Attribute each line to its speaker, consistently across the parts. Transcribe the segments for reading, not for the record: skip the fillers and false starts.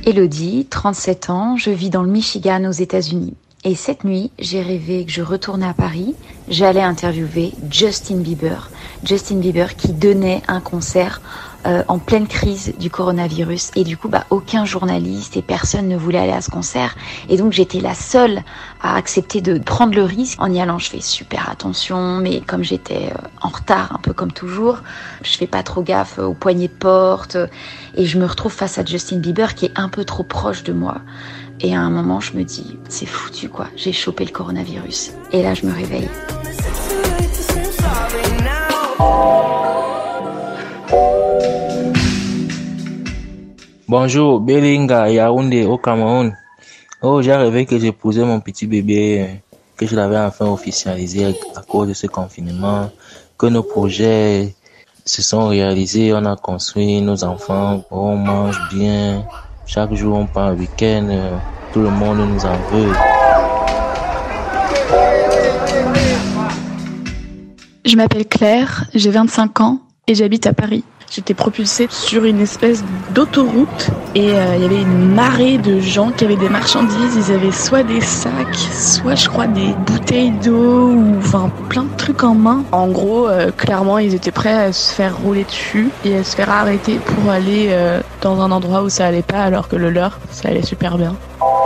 Speaker 1: Elodie, 37 ans, je vis dans le Michigan aux États-Unis. Et cette nuit, j'ai rêvé que je retournais à Paris. J'allais interviewer Justin Bieber qui donnait un concert en pleine crise du coronavirus. Et du coup, aucun journaliste et personne ne voulait aller à ce concert. Et donc, j'étais la seule à accepter de prendre le risque. En y allant, je fais super attention, mais comme j'étais en retard, un peu comme toujours, je fais pas trop gaffe aux poignées de porte. Et je me retrouve face à Justin Bieber qui est un peu trop proche de moi. Et à un moment, je me dis, c'est foutu quoi, j'ai chopé le coronavirus. Et là, je me réveille.
Speaker 2: Bonjour, Belinga, Yaoundé, au Cameroun. Oh, j'ai rêvé que j'épousais mon petit bébé, que je l'avais enfin officialisé à cause de ce confinement, que nos projets se sont réalisés, on a construit nos enfants, on mange bien, chaque jour on part un week-end, tout le monde nous en veut.
Speaker 3: Je m'appelle Claire, j'ai 25 ans et j'habite à Paris. J'étais propulsée sur une espèce d'autoroute et il y avait une marée de gens qui avaient des marchandises. Ils avaient soit des sacs, soit je crois des bouteilles d'eau ou enfin plein de trucs en main. En gros, clairement, ils étaient prêts à se faire rouler dessus et à se faire arrêter pour aller dans un endroit où ça allait pas alors que le leur, ça allait super bien.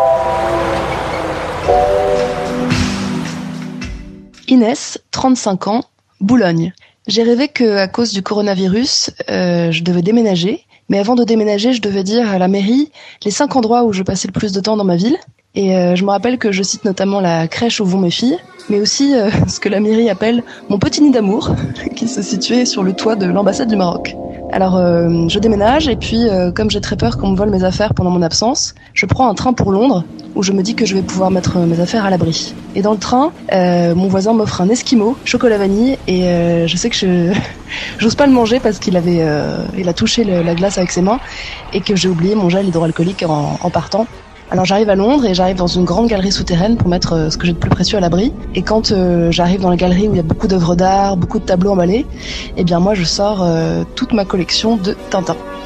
Speaker 4: Inès, 35 ans, Boulogne. J'ai rêvé qu'à cause du coronavirus, je devais déménager. Mais avant de déménager, je devais dire à la mairie les 5 endroits où je passais le plus de temps dans ma ville. Et je me rappelle que je cite notamment la crèche où vont mes filles, mais aussi ce que la mairie appelle mon petit nid d'amour, qui se situait sur le toit de l'ambassade du Maroc. Alors je déménage et puis comme j'ai très peur qu'on me vole mes affaires pendant mon absence, je prends un train pour Londres où je me dis que je vais pouvoir mettre mes affaires à l'abri. Et dans le train, mon voisin m'offre un Esquimau, chocolat vanille, et je sais que j'ose pas le manger parce qu'il a touché la glace avec ses mains et que j'ai oublié mon gel hydroalcoolique en partant. Alors j'arrive à Londres et j'arrive dans une grande galerie souterraine pour mettre ce que j'ai de plus précieux à l'abri. Et quand j'arrive dans la galerie où il y a beaucoup d'œuvres d'art, beaucoup de tableaux emballés, eh bien moi je sors toute ma collection de Tintin.